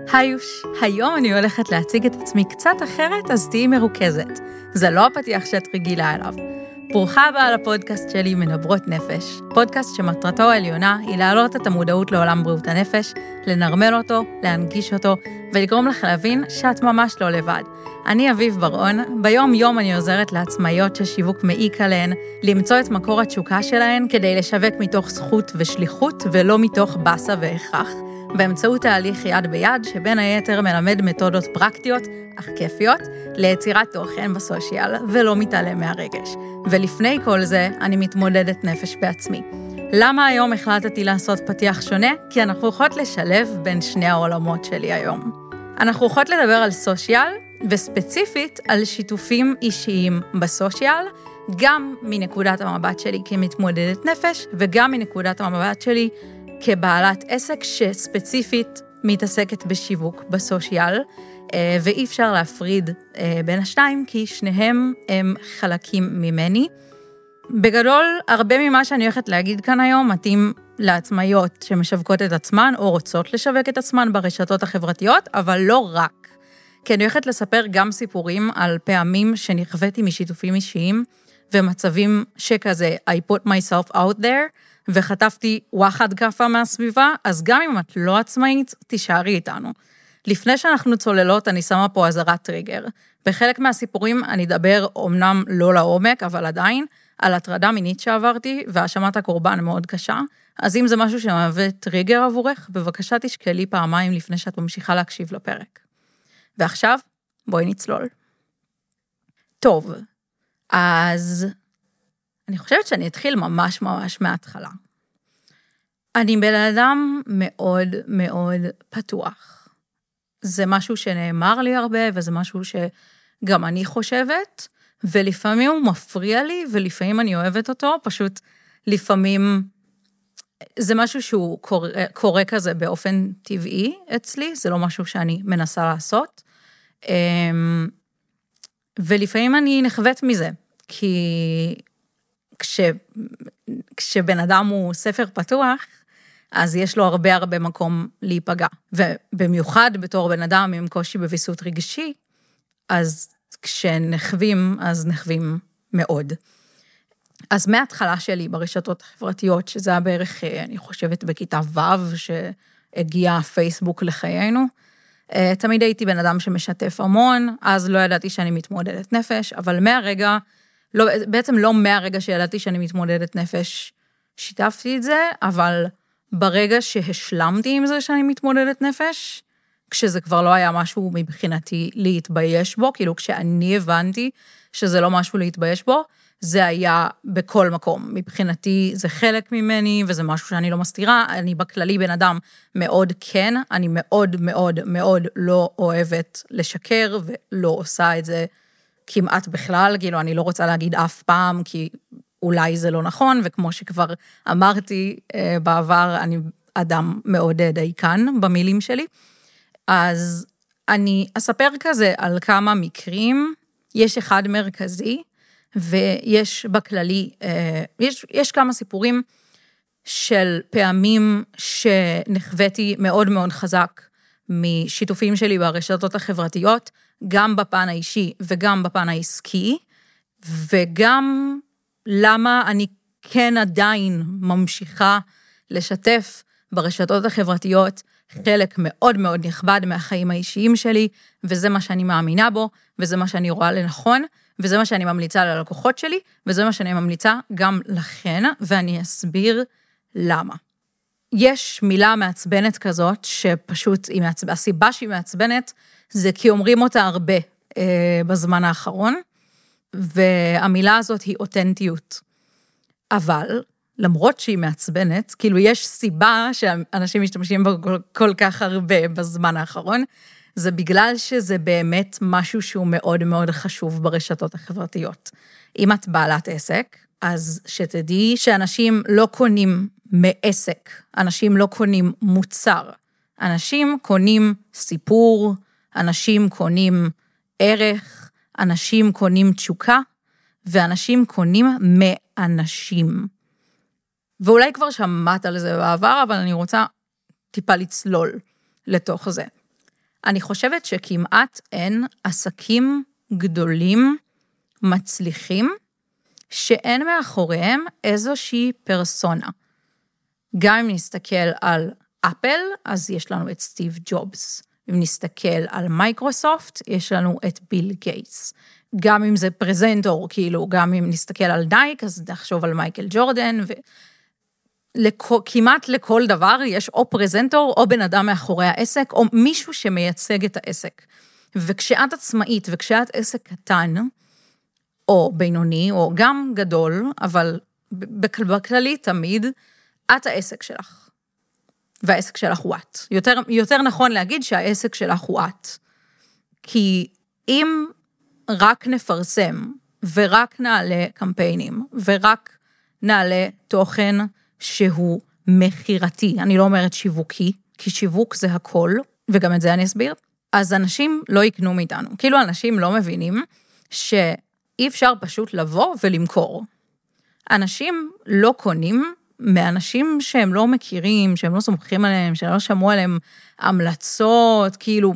היוש, היום אני הולכת להציג את עצמי קצת אחרת, אז תהיי מרוכזת. זה לא הפתיח שאת רגילה אליו. ברוכה הבאה לפודקאסט שלי מנברות נפש, פודקאסט שמטרתו העליונה היא להעלות את המודעות לעולם בריאות הנפש, לנרמל אותו, להנגיש אותו, ולגרום לך להבין שאת ממש לא לבד. אני אביב ברון, ביום יום אני עוזרת לעצמאיות ששיווק מעיק עליהן, למצוא את מקור התשוקה שלהן כדי לשווק מתוך זכות ושליחות ולא מתוך בסה והכרח. באמצעות תהליך יד ביד, שבין היתר מלמד מתודות פרקטיות, אך כיפיות, ליצירת תוכן בסושיאל, ולא מתעלם מהרגש. ולפני כל זה, אני מתמודדת נפש בעצמי. למה היום החלטתי לעשות פתיח שונה? כי אנחנו הולכות לשלב בין שני העולמות שלי היום. אנחנו הולכות לדבר על סושיאל, וספציפית על שיתופים אישיים בסושיאל, גם מנקודת המבט שלי כמתמודדת נפש, וגם מנקודת המבט שלי כבעלת עסק שספציפית מתעסקת בשיווק בסושיאל, ואי אפשר להפריד בין השתיים, כי שניהם הם חלקים ממני. בגדול, הרבה ממה שאני הולכת להגיד כאן היום מתאים לעצמאיות שמשווקות את עצמן, או רוצות לשווק את עצמן ברשתות החברתיות, אבל לא רק. כי אני הולכת לספר גם סיפורים על פעמים שנכוויתי משיתופים אישיים, ומצבים שכזה, I put myself out there, וחטפתי וואחד קפה מהסביבה, אז גם אם את לא עצמאית, תישארי איתנו. לפני שאנחנו צוללות, אני שמה פה אזהרת טריגר. בחלק מהסיפורים אני אדבר, אומנם לא לעומק, אבל עדיין, על הטרדה מינית שעברתי, והאשמת הקורבן מאוד קשה. אז אם זה משהו שמהווה טריגר עבורך, בבקשה תשקלי פעמיים לפני שאת ממשיכה להקשיב לפרק. ועכשיו, בואי נצלול. טוב, אז אני חושבת שאני אתחיל ממש מההתחלה. אני בן אדם מאוד מאוד פתוח. זה משהו שנאמר לי הרבה, וזה משהו שגם אני חושבת, ולפעמים הוא מפריע לי, ולפעמים אני אוהבת אותו, פשוט לפעמים זה משהו שהוא קורה כזה באופן טבעי אצלי, זה לא משהו שאני מנסה לעשות, ולפעמים אני נחוות מזה, כי כשבן אדם הוא ספר פתוח, אז יש לו הרבה מקום להיפגע. ובמיוחד בתור בן אדם עם קושי בוויסות רגשי, אז כשנחווים, אז נחווים מאוד. אז מההתחלה שלי ברשתות החברתיות, שזה היה בערך, אני חושבת, בכיתה ו' שהגיע פייסבוק לחיינו, תמיד הייתי בן אדם שמשתף המון, אז לא ידעתי שאני מתמודדת נפש, אבל מהרגע, בעצם לא מהרגע שידעתי שאני מתמודדת נפש, שיתפתי את זה, אבל ברגע שהשלמתי עם זה שאני מתמודדת נפש, כשזה כבר לא היה משהו מבחינתי להתבייש בו, כאילו כשאני הבנתי שזה לא משהו להתבייש בו, זה היה בכל מקום. מבחינתי זה חלק ממני, וזה משהו שאני לא מסתירה, אני בכללי בן אדם מאוד כן, אני מאוד לא אוהבת לשקר, ולא עושה את זה כמעט בכלל, כאילו אני לא רוצה להגיד אף פעם, כי אולי זה לא נכון, וכמו שכבר אמרתי בעבר, אני אדם מאוד דייקן במילים שלי, אז אני אספר כזה על כמה מקרים, יש אחד מרכזי, ויש בכללי, יש כמה סיפורים של פעמים שנחוויתי מאוד חזק משיתופים שלי ברשתות החברתיות, גם בפן האישי וגם בפן העסקי, וגם למה אני כן עדיין ממשיכה לשתף ברשתות החברתיות חלק מאוד נכבד מהחיים האישיים שלי, וזה מה שאני מאמינה בו, וזה מה שאני רואה לנכון, וזה מה שאני ממליצה ללקוחות שלי, וזה מה שאני ממליצה גם לכן, ואני אסביר למה. יש מילה מעצבנת כזאת, שפשוט הסיבה שהיא מעצבנת, זה כי אומרים אותה הרבה בזמן האחרון, והמילה הזאת היא אותנטיות. אבל, למרות שהיא מעצבנת, כאילו יש סיבה שאנשים משתמשים בה כל כך הרבה בזמן האחרון, זה בגלל שזה באמת משהו שהוא מאוד חשוב ברשתות החברתיות. אם את בעלת עסק, אז שתדעי שאנשים לא קונים מעסק, אנשים לא קונים מוצר, אנשים קונים סיפור, אנשים קונים ערך, אנשים קונים תשוקה, ואנשים קונים מאנשים. ואולי כבר שמעת על זה בעבר, אבל אני רוצה טיפה לצלול לתוך זה. אני חושבת שכמעט אין עסקים גדולים, מצליחים, שאין מאחוריהם איזושהי פרסונה. גם אם נסתכל על אפל, אז יש לנו את סטיב ג'ובס. אם נסתכל על מייקרוסופט, יש לנו את ביל גייטס. גם אם זה פרזנטור, כאילו, גם אם נסתכל על נייק, אז נחשוב על מייקל ג'ורדן, כמעט לכל דבר יש או פרזנטור, או בן אדם מאחורי העסק, או מישהו שמייצג את העסק. וכשאת עצמאית, וכשאת עסק קטן, או בינוני, או גם גדול, אבל בכללי תמיד, את העסק שלך. והעסק שלך הוא את. יותר נכון להגיד שהעסק שלך הוא את. כי אם רק נפרסם, ורק נעלה קמפיינים, ורק נעלה תוכן שהוא מחירתי, אני לא אומרת שיווקי, כי שיווק זה הכל, וגם את זה אני אסביר, אז אנשים לא יקנו מאיתנו. כאילו אנשים לא מבינים שאי אפשר פשוט לבוא ולמכור. אנשים לא קונים מאנשים שהם לא מכירים, שהם לא סומכים עליהם, שהם לא שמעו עליהם המלצות, כאילו,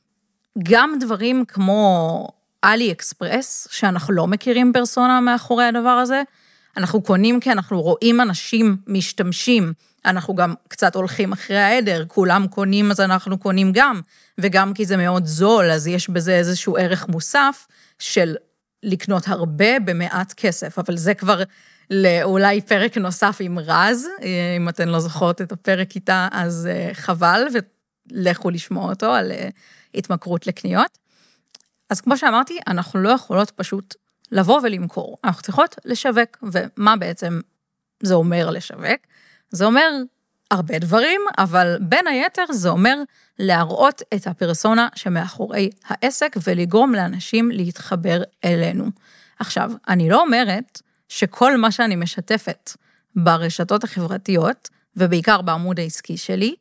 גם דברים כמו אלי אקספרס, שאנחנו לא מכירים פרסונה מאחורי הדבר הזה, אנחנו קונים כי אנחנו רואים אנשים משתמשים, אנחנו גם קצת הולכים אחרי העדר, כולם קונים אז אנחנו קונים גם, וגם כי זה מאוד זול, אז יש בזה איזשהו ערך מוסף של לקנות הרבה במעט כסף, אבל זה כבר אולי פרק נוסף עם רז, אם אתן לא זוכרות את הפרק איתה, אז חבל, ולכו לשמוע אותו על התמכרות לקניות. אז כמו שאמרתי, אנחנו לא יכולות פשוט לבוא ולמכור, אנחנו צריכות לשווק, ומה בעצם זה אומר לשווק? זה אומר הרבה דברים, אבל בין היתר זה אומר להראות את הפרסונה שמאחורי העסק, ולגרום לאנשים להתחבר אלינו. עכשיו, אני לא אומרת שכל מה שאני משתפת ברשתות החברתיות, ובעיקר בעמוד העסקי שלי,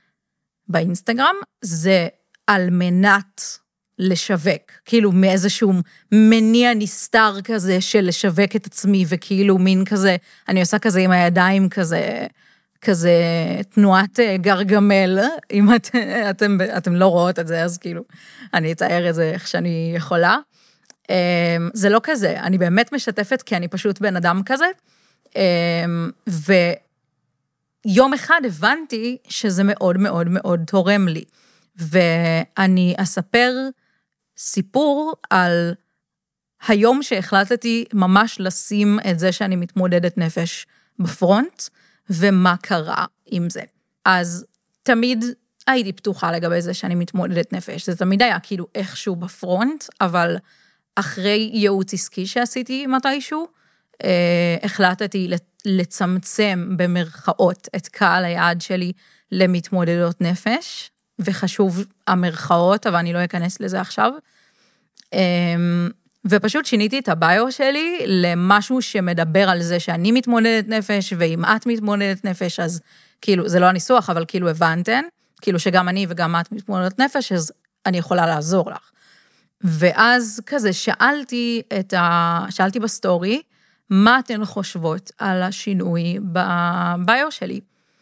באינסטגרם, זה על מנת לשווק, כאילו מאיזשהו מניע נסתר כזה של לשווק את עצמי, וכאילו מין כזה, אני עושה כזה עם הידיים כזה תנועת גרגמל, אם אתם לא רואות את זה, אז כאילו, אני אתאר את זה איך שאני יכולה. זה לא כזה, אני באמת משתפת, כי אני פשוט בן אדם כזה, ויום אחד הבנתי שזה מאוד מאוד מאוד תורם לי, ואני אספר סיפור על היום שהחלטתי ממש לשים את זה שאני מתמודדת נפש בפרונט, ומה קרה עם זה. אז תמיד הייתי פתוחה לגבי זה שאני מתמודדת נפש, זה תמיד היה כאילו איכשהו בפרונט, אבל אחרי ייעוץ עסקי שעשיתי מתישהו, החלטתי לצמצם במרכאות את קהל היעד שלי למתמודדות נפש, וחשוב המרכאות, אבל אני לא אכנס לזה עכשיו, ופשוט שיניתי את הביו שלי למשהו שמדבר על זה שאני מתמודדת נפש, ואם את מתמודדת נפש, אז כאילו, זה לא הניסוח, אבל כאילו הבנתן, כאילו שגם אני וגם את מתמודדת נפש, אז אני יכולה לעזור לך. ואז כזה שאלתי בסטורי, מה אתן חושבות על השינוי בביו שלי?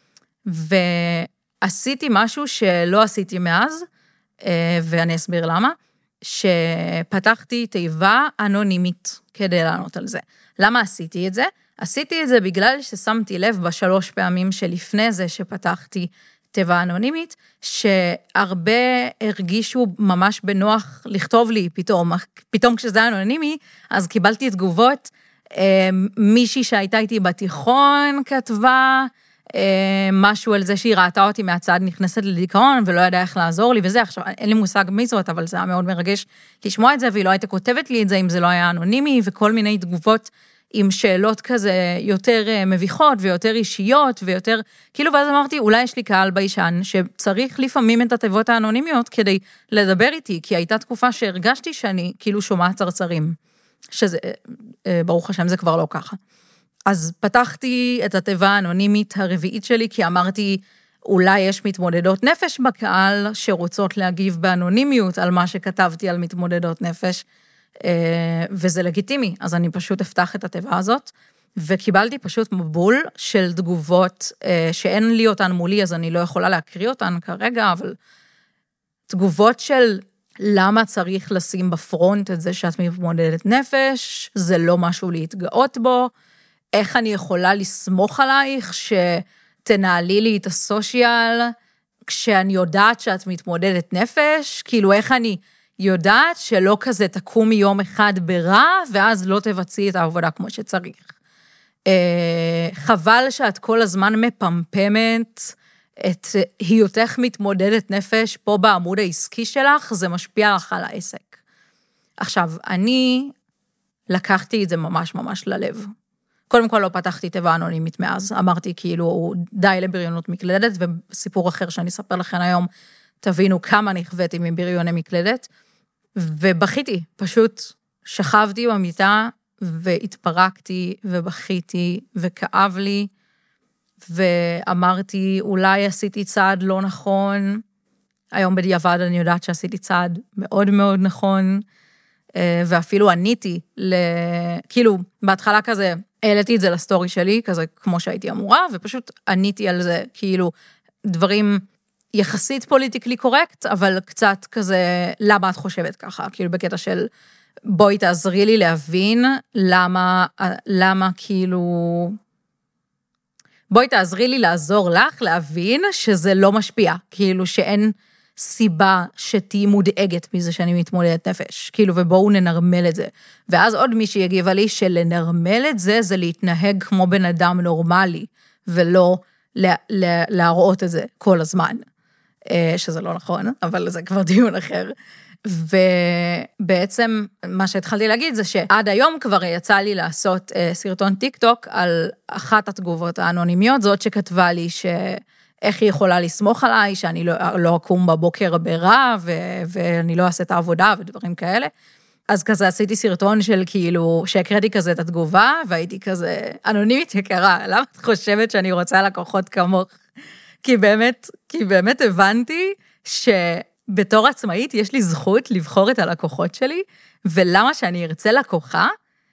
ועשיתי משהו שלא עשיתי מאז, ואני אסביר למה, שפתחתי תיבה אנונימית כדי לענות על זה. למה עשיתי את זה? עשיתי את זה בגלל ששמתי לב בשלוש פעמים שלפני זה שפתחתי תיבה אנונימית, שהרבה הרגישו ממש בנוח לכתוב לי פתאום כשזה אנונימי, אז קיבלתי תגובות, מישהי שהייתה איתי בתיכון כתבה, משהו על זה שהיא ראתה אותי מהצד נכנסת לדיכאון, ולא ידעה איך לעזור לי וזה, עכשיו אין לי מושג מי זאת, אבל זה היה מאוד מרגש לשמוע את זה, והיא לא הייתה כותבת לי את זה אם זה לא היה אנונימי, וכל מיני תגובות עם שאלות כזה יותר מביכות, ויותר אישיות, ויותר, כאילו, ואז אמרתי, אולי יש לי קהל ביישן, שצריך לפעמים את התיבות האנונימיות, כדי לדבר איתי, כי הייתה תקופה שהרגשתי שאני כאילו שומעת צרצרים, שזה, ברוך השם, זה כבר לא ככה. אז פתחתי את התיבה האנונימית הרביעית שלי, כי אמרתי, אולי יש מתמודדות נפש בקהל, שרוצות להגיב באנונימיות על מה שכתבתי על מתמודדות נפש, וזה לגיטימי, אז אני פשוט אפתח את התיבה הזאת, וקיבלתי פשוט מבול של תגובות, שאין לי אותן מולי, אז אני לא יכולה להקריא אותן כרגע, אבל תגובות של למה צריך לשים בפרונט את זה שאת מתמודדת נפש, זה לא משהו להתגאות בו, איך אני יכולה לסמוך עלייך שתנהלי לי את הסושיאל, כשאני יודעת שאת מתמודדת נפש, כאילו איך אני יודעת שלא כזה תקום יום אחד ברע, ואז לא תבצעי את העבודה כמו שצריך. חבל שאת כל הזמן מפמפמת את היותך מתמודדת נפש פה בעמוד העסקי שלך, זה משפיע לך על העסק. עכשיו, אני לקחתי את זה ממש ממש ללב. קודם כל לא פתחתי תיבה אנונימית מאז, אמרתי כאילו די לבריונות מקלדת, וסיפור אחר שאני אספר לכם היום, תבינו כמה נכוויתי מבריוני מקלדת, ובכיתי, פשוט שכבתי במיטה, והתפרקתי ובכיתי וכאב לי, ואמרתי אולי עשיתי צעד לא נכון, היום בדיעבד אני יודעת שעשיתי צעד מאוד מאוד נכון, ואפילו עניתי, כאילו בהתחלה כזה, העליתי את זה לסטורי שלי, כזה כמו שהייתי אמורה, ופשוט עניתי על זה, כאילו דברים יחסית פוליטיקלי קורקט, אבל קצת כזה, למה את חושבת ככה? כאילו בקטע של, בואי תעזרי לי להבין למה כאילו, בואי תעזרי לי לעזור לך להבין שזה לא משפיע, כאילו שאין סיבה שתהי מודאגת מזה שאני מתמודדת נפש, כאילו ובואו ננרמל את זה. ואז עוד מישהי יגיבה לי שלנרמל את זה, זה להתנהג כמו בן אדם נורמלי, ולא להראות את זה כל הזמן. שזה לא נכון, אבל זה כבר דיון אחר. ובעצם מה שהתחלתי להגיד זה שעד היום כבר יצא לי לעשות סרטון טיק טוק על אחת התגובות האנונימיות, זאת שכתבה לי איך היא יכולה לסמוך עליי, שאני לא אקום בבוקר ברע, ואני לא אעשה את העבודה ודברים כאלה. אז כזה עשיתי סרטון של כאילו, שהקראתי כזה את התגובה, והייתי כזה אנונימית יקרה, למה את חושבת שאני רוצה לקוחות כמוך? כי באמת הבנתי שבתור עצמאית יש לי זכות לבחור את הלקוחות שלי, ולמה שאני ארצה לקוחה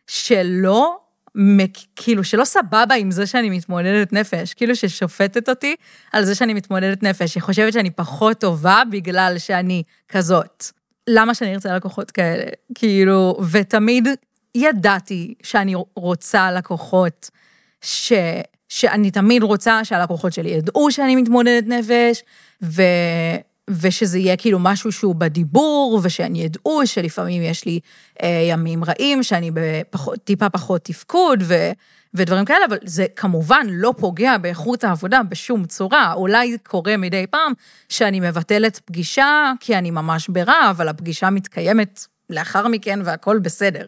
כאילו שלא סבבה עם זה שאני מתמודדת נפש, כאילו ששופטת אותי על זה שאני מתמודדת נפש, היא חושבת שאני פחות טובה בגלל שאני כזאת. למה שאני ארצה לקוחות כאלה? כאילו, ותמיד ידעתי שאני רוצה לקוחות שאני תמיד רוצה שהלקוחות שלי ידעו שאני מתמודדת נפש, ושזה יהיה כאילו משהו שהוא בדיבור, ושאני ידעו שלפעמים יש לי ימים רעים, שאני טיפה פחות תפקוד, ודברים כאלה, אבל זה כמובן לא פוגע באיכות העבודה בשום צורה, אולי קורה מדי פעם שאני מבטלת פגישה, כי אני ממש ברע, אבל הפגישה מתקיימת לאחר מכן, והכל בסדר.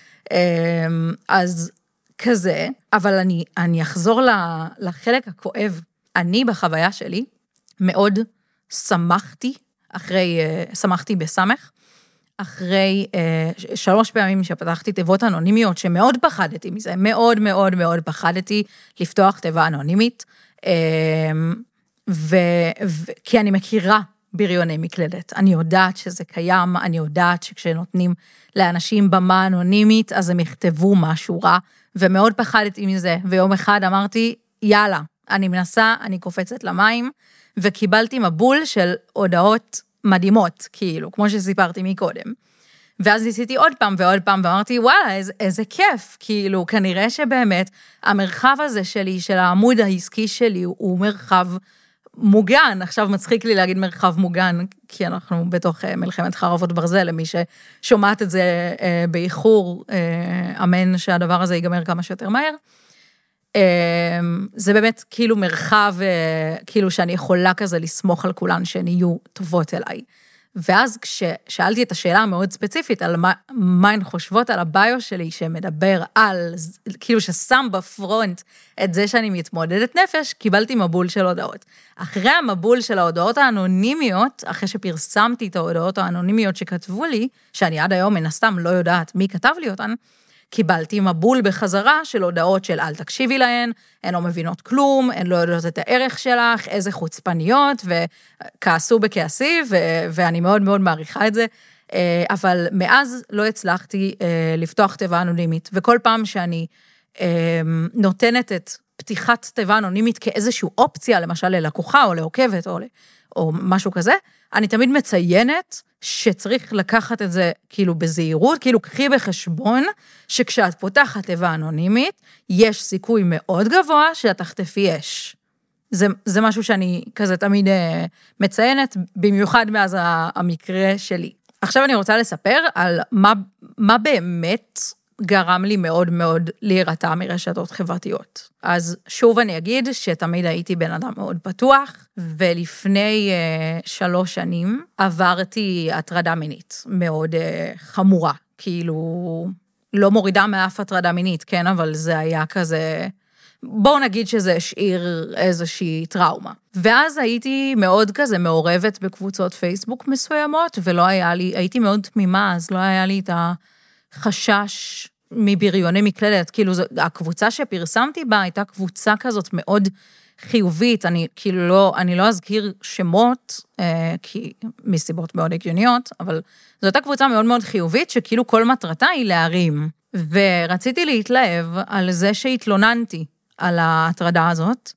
אז כזה, אבל אני אחזור לחלק הכואב. אני בחוויה שלי מאוד שמחתי בסמך, אחרי 3 פעמים שפתחתי תיבות אנונימיות, שמאוד פחדתי מזה, מאוד מאוד מאוד פחדתי לפתוח תיבה אנונימית, כי אני מכירה בריוני מקלדת, אני יודעת שזה קיים, אני יודעת שכשנותנים לאנשים במה אנונימית, אז הם יכתבו משהו רע, ומאוד פחדתי מזה, ויום אחד אמרתי, יאללה, אני מנסה, אני קופצת למים, וקיבלתי מבול של הודעות מדהימות, כאילו, כמו שסיפרתי מקודם. ואז ניסיתי עוד פעם ועוד פעם, ואמרתי, וואלה, איזה כיף, כאילו, כנראה שבאמת, המרחב הזה שלי, של העמוד העסקי שלי, הוא מרחב מוגן. עכשיו מצחיק לי להגיד מרחב מוגן, כי אנחנו בתוך מלחמת חרבות ברזל, למי ששומעת את זה באיחור, אמן שהדבר הזה ייגמר כמה שיותר מהר. זה באמת כאילו מרחב, כאילו שאני יכולה כזה לסמוך על כולן שהן יהיו טובות אליי. ואז כששאלתי את השאלה המאוד ספציפית על מה הן חושבות על הביו שלי, שמדבר על, כאילו ששם בפרונט את זה שאני מתמודדת נפש, קיבלתי מבול של הודעות. אחרי המבול של ההודעות האנונימיות, אחרי שפרסמתי את ההודעות האנונימיות שכתבו לי, שאני עד היום מן הסתם לא יודעת מי כתב לי אותן, קיבלתי מבול בחזרה של הודעות של אל תקשיבי להן, הן לא מבינות כלום, הן לא יודעות את הערך שלך, איזה חוצפניות, וכעסו בכעסי, ואני מאוד מאוד מעריכה את זה, אבל מאז לא הצלחתי לפתוח תיבה אנונימית, וכל פעם שאני נותנת את פתיחת תיבה אנונימית כאיזושהי אופציה, למשל ללקוחה או לעוקבת או משהו כזה, אני תמיד מציינת שצריך לקחת את זה כאילו בזהירות, כאילו קחי בחשבון שכשאת פותחת תיבה אנונימית, יש סיכוי מאוד גבוה שאת תחטפי אש. זה משהו שאני כזה תמיד מציינת, במיוחד מאז המקרה שלי. עכשיו אני רוצה לספר על מה באמת גרם לי מאוד מאוד להירתע מרשתות חברתיות. אז שוב אני אגיד שתמיד הייתי בן אדם מאוד פתוח, ולפני 3 שנים עברתי הטרדה מינית מאוד חמורה, כאילו לא מורידה מאף הטרדה מינית, כן, אבל זה היה כזה, בואו נגיד שזה השאיר איזושהי טראומה. ואז הייתי מאוד כזה מעורבת בקבוצות פייסבוק מסוימות, ולא היה לי, הייתי מאוד תמימה, אז לא היה לי את החשש מבריוני מקלדת, כאילו הקבוצה שפרסמתי בה הייתה קבוצה כזאת מאוד חיובית, אני לא אזכיר שמות, כי מסיבות מאוד הגיוניות, אבל זו הייתה קבוצה מאוד מאוד חיובית, שכאילו כל מטרתה היא להרים, ורציתי להתלהב על זה שהתלוננתי על ההטרדה הזאת,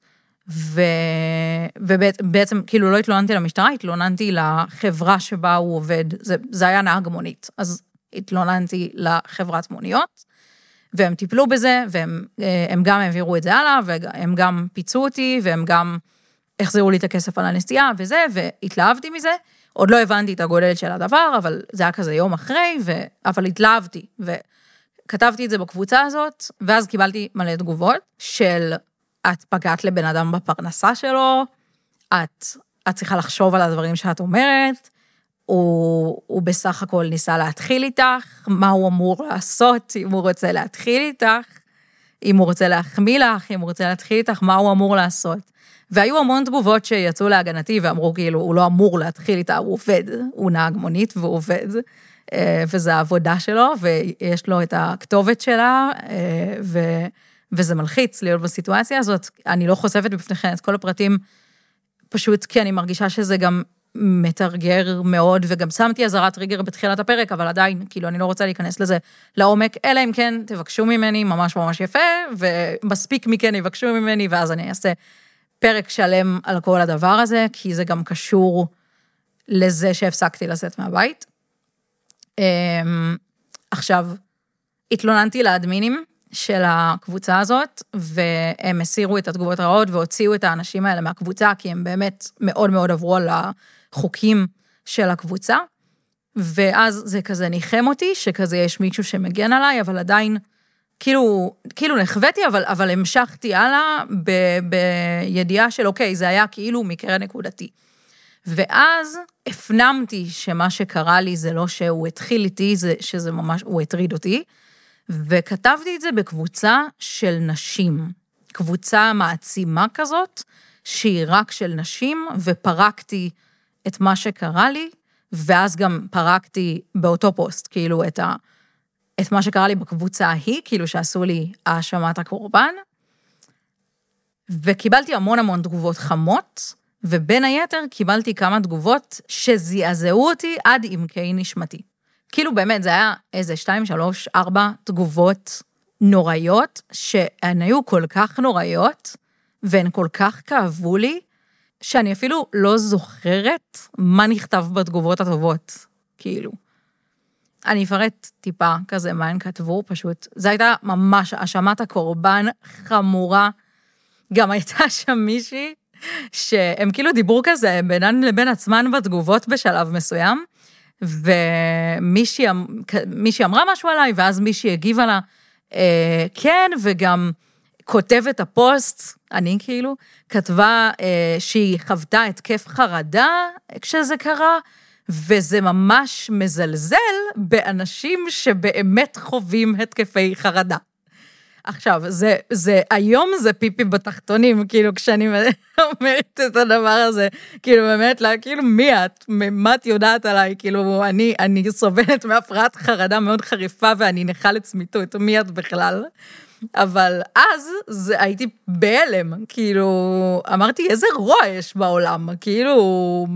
ובעצם כאילו לא התלוננתי למשטרה, התלוננתי לחברה שבה הוא עובד, זה היה נהג מונית, אז התלוננתי לחברת מוניות, והם טיפלו בזה, והם גם העבירו את זה הלאה, והם גם פיצו אותי, והם גם החזירו לי את הכסף על הנסיעה וזה, והתלהבתי מזה, עוד לא הבנתי את הגודל של הדבר, אבל זה היה כזה יום אחרי, אבל התלהבתי, וכתבתי את זה בקבוצה הזאת, ואז קיבלתי מלא תגובות של, את פגעת לבן אדם בפרנסה שלו, את צריכה לחשוב על הדברים שאת אומרת, הוא בסך הכל ניסה להתחיל איתך, מה הוא אמור לעשות אם הוא רוצה להתחיל איתך, אם הוא רוצה להחמיא לך, אם הוא רוצה להתחיל איתך, מה הוא אמור לעשות. והיו המון תגובות שיצאו להגנתי ואמרו כאילו, הוא לא אמור להתחיל איתה, הוא עובד, הוא נהג מונית והוא עובד, וזה העבודה שלו, ויש לו את הכתובת שלה, וזה מלחיץ להיות בסיטואציה הזאת. אני לא חושפת בפניכם את כל הפרטים, פשוט כי אני מרגישה שזה גם מתרגר מאוד, וגם שמתי אזהרת טריגר בתחילת הפרק, אבל עדיין, כאילו, אני לא רוצה להיכנס לזה לעומק, אלא אם כן תבקשו ממני ממש ממש יפה, ומספיק מכן יבקשו ממני, ואז אני אעשה פרק שלם על כל הדבר הזה, כי זה גם קשור לזה שהפסקתי לצאת מהבית. עכשיו, התלוננתי לאדמינים של הקבוצה הזאת, והם הסירו את התגובות הרעות, והוציאו את האנשים האלה מהקבוצה, כי הם באמת מאוד מאוד עברו על החוקים של הקבוצה, ואז זה כזה ניחם אותי, שכזה יש מישהו שמגן עליי, אבל עדיין, כאילו נחוויתי, אבל המשכתי הלאה, בידיעה של אוקיי, זה היה כאילו מקרה נקודתי. ואז הפנמתי שמה שקרה לי, זה לא שהוא התחיל איתי, זה שזה ממש, הוא הטריד אותי, וכתבתי את זה בקבוצה של נשים, קבוצה מעצימה כזאת, שהיא רק של נשים, ופרקתי את מה שקרה לי, ואז גם פרקתי באותו פוסט, כאילו את מה שקרה לי בקבוצה ההיא, כאילו שעשו לי האשמת הקורבן, וקיבלתי המון המון תגובות חמות, ובין היתר קיבלתי כמה תגובות שזעזעו אותי עד עמקי נשמתי. כאילו באמת זה היה איזה 2, 3, 4 תגובות נוראיות, שהן היו כל כך נוראיות, והן כל כך כאבו לי, שאני אפילו לא זוכרת מה נכתב בתגובות הטובות, כאילו. אני אפרט טיפה כזה מה הן כתבו, פשוט, זה הייתה ממש האשמת הקורבן חמורה, גם הייתה שם מישהי, שהם כאילו דיברו כזה בינן לבין עצמן בתגובות בשלב מסוים, ומישהי אמרה משהו עליי, ואז מישהי הגיבה לה, כן, וגם כותבת הפוסט, אני כאילו, כתבה שהיא חוותה התקף חרדה כשזה קרה, וזה ממש מזלזל באנשים שבאמת חווים התקפי חרדה. עכשיו, היום זה פיפי בתחתונים, כאילו, כשאני אומרת את הדבר הזה, כאילו, באמת, כאילו, מי את? מה את יודעת עליי? כאילו, אני סובלת מהפרעת חרדה מאוד חריפה, ואני נכה לצמיתות, מי את בכלל? אבל אז הייתי בהלם, כאילו, אמרתי, איזה רוע יש בעולם, כאילו,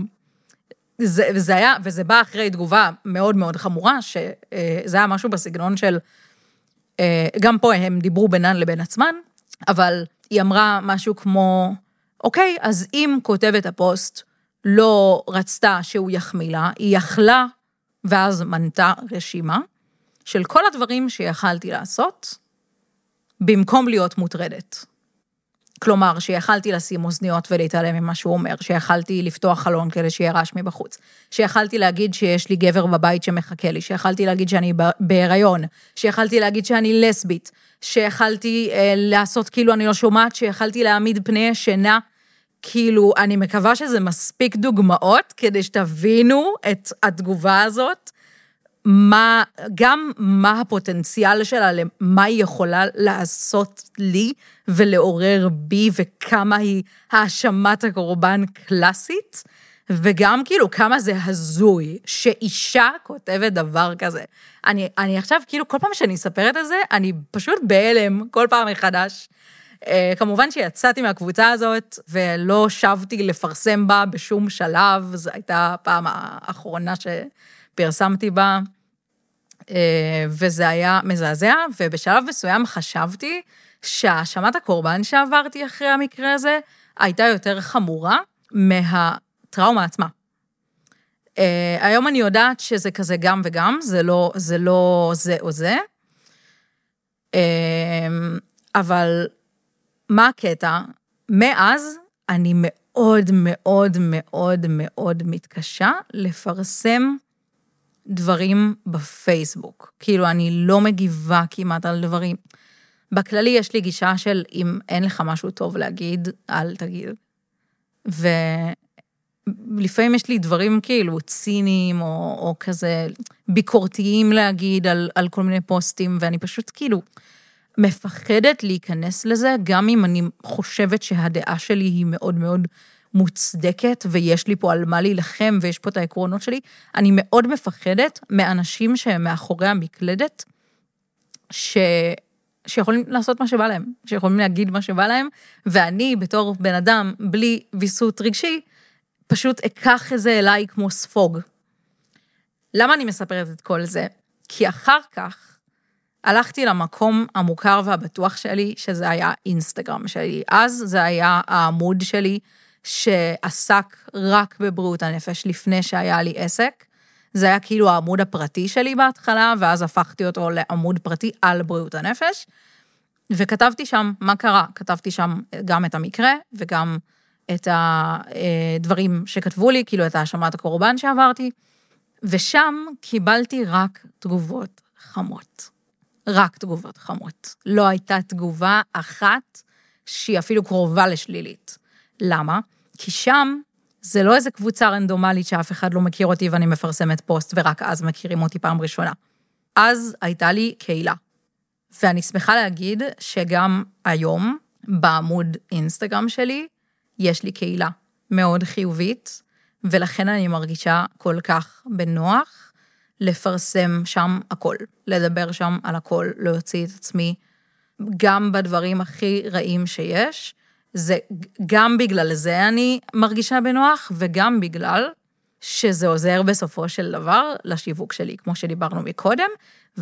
וזה בא אחרי תגובה מאוד מאוד חמורה, שזה היה משהו בסגנון של, גם פה הם דיברו בינן לבין עצמן, אבל היא אמרה משהו כמו, אוקיי, אז אם כותבת הפוסט לא רצתה שהוא יחמיא לה, היא יכלה, ואז מנתה רשימה, של כל הדברים שיכלתי לעשות, במקום להיות מוטרדת. כלומר, שיכלתי לשים אוזניות ולהתעלם ממה שהוא אומר, שיכלתי לפתוח חלון כדי שיהיה רעש מבחוץ, שיכלתי להגיד שיש לי גבר בבית שמחכה לי, שיכלתי להגיד שאני בהיריון, שיכלתי להגיד שאני לסבית, שיכלתי לעשות כאילו אני לא שומעת, שיכלתי להעמיד פני שינה, כאילו אני מקווה שזה מספיק דוגמאות, כדי שתבינו את התגובה הזאת, גם מה הפוטנציאל שלה, מה היא יכולה לעשות לי ולעורר בי, וכמה היא האשמת הקורבן קלאסית, וגם כאילו כמה זה הזוי, שאישה כותבת דבר כזה. אני עכשיו כאילו כל פעם שאני אספרת את זה, אני פשוט בהלם כל פעם מחדש. כמובן שיצאתי מהקבוצה הזאת, ולא שבתי לפרסם בה בשום שלב, זו הייתה הפעם האחרונה פרסמתי בה, וזה היה מזעזע, ובשלב מסוים חשבתי שהאשמת הקורבן שעברתי אחרי המקרה הזה, הייתה יותר חמורה מהטראומה עצמה. היום אני יודעת שזה כזה גם וגם, זה לא זה או זה, אבל מה הקטע? מאז אני מאוד מאוד מאוד מאוד מתקשה לפרסם דברים בפייסבוק. כאילו, אני לא מגיבה כמעט על דברים. בכללי יש לי גישה של אם אין לך משהו טוב להגיד, אל תגיד. ולפעמים יש לי דברים כאילו ציניים או כזה ביקורתיים להגיד על כל מיני פוסטים, ואני פשוט כאילו מפחדת להיכנס לזה, גם אם אני חושבת שהדעה שלי היא מאוד מאוד מוצדקת, ויש לי פה על מה להילחם, ויש פה את העקרונות שלי, אני מאוד מפחדת מאנשים שהם מאחורי המקלדת, שיכולים לעשות מה שבא להם, שיכולים להגיד מה שבא להם, ואני בתור בן אדם, בלי ויסות רגשי, פשוט אקח את זה אליי כמו ספוג. למה אני מספרת את כל זה? כי אחר כך, הלכתי למקום המוכר והבטוח שלי, שזה היה אינסטגרם שלי. אז זה היה העמוד שלי, שעסק רק בבריאות הנפש, לפני שהיה לי עסק. זה היה כאילו העמוד הפרטי שלי בהתחלה, ואז הפכתי אותו לעמוד פרטי על בריאות הנפש, וכתבתי שם מה קרה. כתבתי שם גם את המקרה, וגם את הדברים שכתבו לי, כאילו את האשמת הקורבן שעברתי, ושם קיבלתי רק תגובות חמות. רק תגובות חמות. לא הייתה תגובה אחת שהיא אפילו קרובה לשלילית. למה? כי שם זה לא איזה קבוצה רנדומלית שאף אחד לא מכיר אותי ואני מפרסמת פוסט ורק אז מכירים אותי פעם ראשונה. אז הייתה לי קהילה. ואני שמחה להגיד שגם היום בעמוד אינסטגרם שלי יש לי קהילה מאוד חיובית, ולכן אני מרגישה כל כך בנוח לפרסם שם הכל, לדבר שם על הכל, להוציא את עצמי גם בדברים הכי רעים שיש, זה גם בגלל זה אני מרגישה בנוח, וגם בגלל שזה עוזר בסופו של דבר לשיווק שלי, כמו שדיברנו מקודם,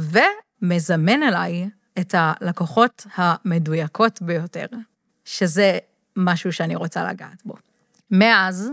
ומזמן אליי את הלקוחות המדויקות ביותר, שזה משהו שאני רוצה לגעת בו. מאז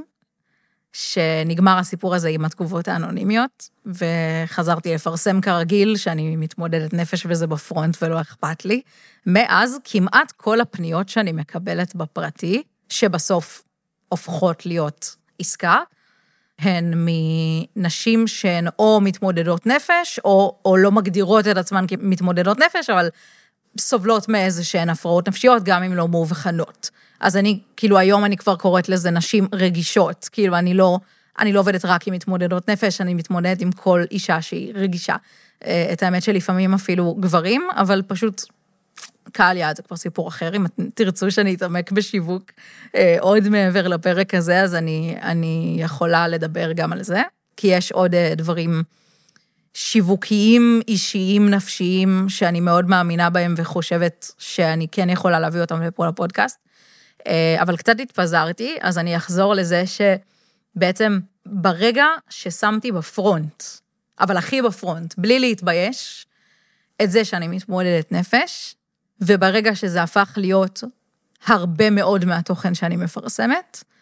שנגמר הסיפור הזה עם התגובות האנונימיות, וחזרתי לפרסם כרגיל שאני מתמודדת נפש וזה בפרונט ולא אכפת לי, מאז כמעט כל הפניות שאני מקבלת בפרטי, שבסוף הופכות להיות עסקה, הן מנשים שהן או מתמודדות נפש, או לא מגדירות את עצמן כמתמודדות נפש, אבל סובלות מאיזה שהן הפרעות נפשיות, גם אם לא מאובחנות. אז אני, כאילו היום אני כבר קוראת לזה נשים רגישות, כאילו אני לא עובדת רק עם מתמודדות נפש, אני מתמודדת עם כל אישה שהיא רגישה. את האמת שלפעמים אפילו גברים, אבל פשוט קהל יעד, זה כבר סיפור אחר, אם תרצו שאני אתעמק בשיווק עוד מעבר לפרק הזה, אז אני יכולה לדבר גם על זה, כי יש עוד דברים שיווקיים, אישיים, נפשיים, שאני מאוד מאמינה בהם וחושבת שאני כן יכולה להביא אותם לפה לפודקאסט, אבל קצת התפזרתי, אז אני אחזור לזה שבעצם ברגע ששמתי בפרונט, אבל הכי בפרונט, בלי להתבייש, את זה שאני מתמודדת נפש, וברגע שזה הפך להיות הרבה מאוד מהתוכן שאני מפרסמת,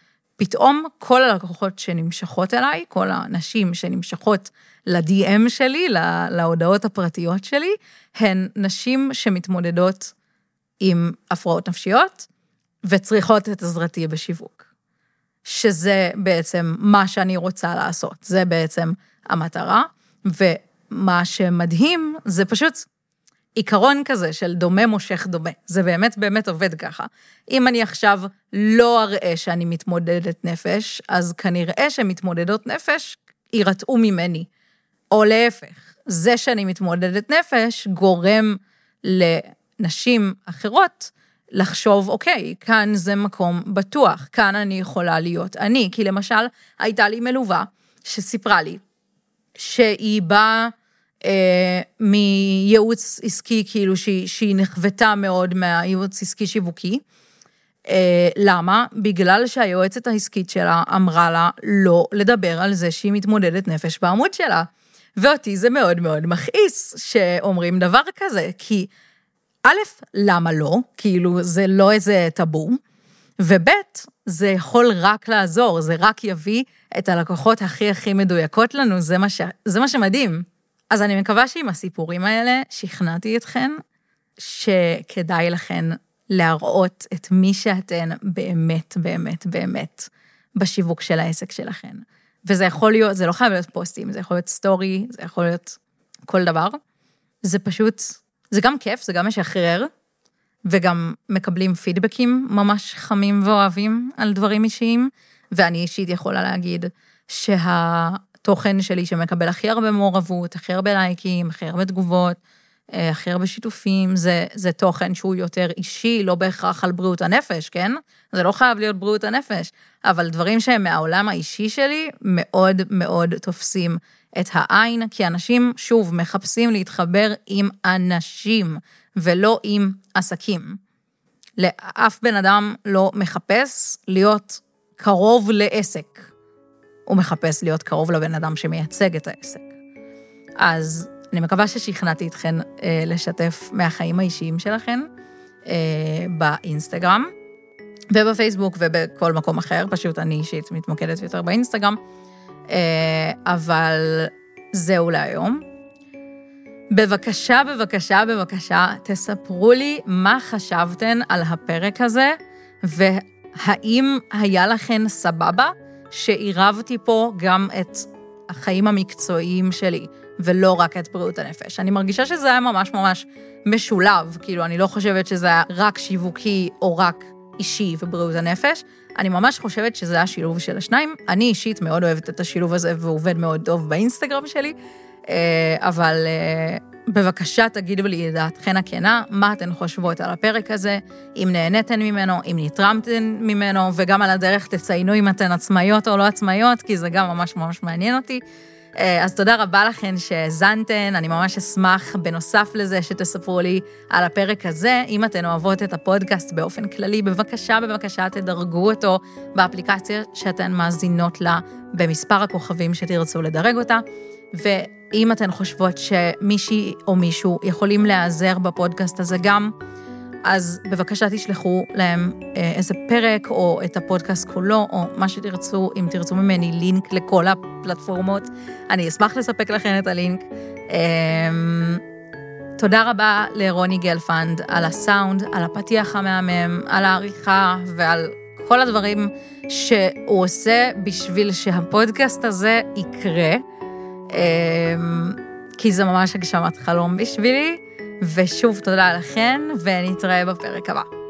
פתאום כל הלקוחות שנמשכות אליי, כל הנשים שנמשכות ל-DM שלי, להודעות הפרטיות שלי, הן נשים שמתמודדות עם הפרעות נפשיות, וצריכות את עזרתי בשיווק. שזה בעצם מה שאני רוצה לעשות, זה בעצם המטרה, ומה שמדהים זה פשוט עיקרון כזה של דומה מושך דומה, זה באמת באמת עובד ככה. אם אני עכשיו לא אראה שאני מתמודדת נפש, אז כנראה שמתמודדות נפש יירתעו ממני, או להפך, זה שאני מתמודדת נפש גורם לנשים אחרות לחשוב, אוקיי, כאן זה מקום בטוח, כאן אני יכולה להיות אני, כי למשל הייתה לי מלווה שסיפרה לי שהיא באה מייעוץ עסקי, כאילו שהיא נחוותה מאוד מהייעוץ עסקי שיווקי. למה? בגלל שהיועצת העסקית שלה אמרה לה לא לדבר על זה שהיא מתמודדת נפש בעמוד שלה. ואותי זה מאוד מאוד מכעיס שאומרים דבר כזה, כי א', למה לא? כאילו זה לא איזה טאבו, וב', זה יכול רק לעזור, זה רק יביא את הלקוחות הכי הכי מדויקות לנו, זה מה שמדהים. אז אני מקווה שעם הסיפורים האלה שכנעתי אתכן, שכדאי לכן להראות את מי שאתן באמת, באמת, באמת, בשיווק של העסק שלכן. וזה יכול להיות, זה לא חייב להיות פוסטים, זה יכול להיות סטורי, זה יכול להיות כל דבר. זה פשוט, זה גם כיף, זה גם משחרר, וגם מקבלים פידבקים ממש חמים ואוהבים על דברים אישיים, ואני אישית יכולה להגיד שהתוכן שלי שמקבל הכי הרבה מעורבות, הכי הרבה לייקים, הכי הרבה תגובות, הכי הרבה שיתופים, זה תוכן שהוא יותר אישי, לא בהכרח על בריאות הנפש, כן? זה לא חייב להיות בריאות הנפש, אבל דברים שהם מהעולם האישי שלי מאוד מאוד תופסים את העין, כי אנשים, שוב, מחפשים להתחבר עם אנשים, ולא עם עסקים. לאף בן אדם לא מחפש להיות קרוב לעסק. הוא מחפש להיות קרוב לבן אדם שמייצג את העסק. אז אני מקווה ששכנעתי אתכן לשתף מהחיים האישיים שלכן באינסטגרם, ובפייסבוק ובכל מקום אחר, פשוט אני אישית מתמקדת יותר באינסטגרם, אבל זהו להיום. בבקשה, בבקשה, בבקשה, תספרו לי מה חשבתן על הפרק הזה, והאם היה לכן סבבה שעירבתי פה גם את החיים המקצועיים שלי, ולא רק את בריאות הנפש. אני מרגישה שזה היה ממש ממש משולב, כאילו אני לא חושבת שזה היה רק שיווקי או רק אישי ובריאות הנפש, אני ממש חושבת שזה היה שילוב של השניים. אני אישית מאוד אוהבת את השילוב הזה, ועובד מאוד טוב באינסטגרם שלי, אבל בבקשה תגידו לי דעתכן הכנה, מה אתן חושבות על הפרק הזה, אם נהנתן ממנו, אם נתרמתן ממנו, וגם על הדרך תציינו אם אתן עצמאיות או לא עצמאיות, כי זה גם ממש ממש מעניין אותי. אז תודה רבה לכן שהזנתן, אני ממש אשמח בנוסף לזה שתספרו לי על הפרק הזה, אם אתן אוהבות את הפודקאסט באופן כללי, בבקשה, בבקשה תדרגו אותו באפליקציה שאתן מאזינות לה, במספר הכוכבים שתרצו לדרג אותה, ואם אתן חושבות שמישהי או מישהו יכולים להיעזר בפודקאסט הזה גם, אז בבקשה תשלחו להם איזה פרק או את הפודקאסט כולו, או מה שתרצו, אם תרצו ממני לינק לכל הפלטפורמות, אני אשמח לספק לכם את הלינק. תודה רבה לרוני גלפנד על הסאונד, על הפתיח המהמם, על העריכה ועל כל הדברים שהוא עושה בשביל שהפודקאסט הזה יקרה, כי זה ממש הגשמת חלום בשבילי, ושוב תודה לכן, ונתראה בפרק הבא.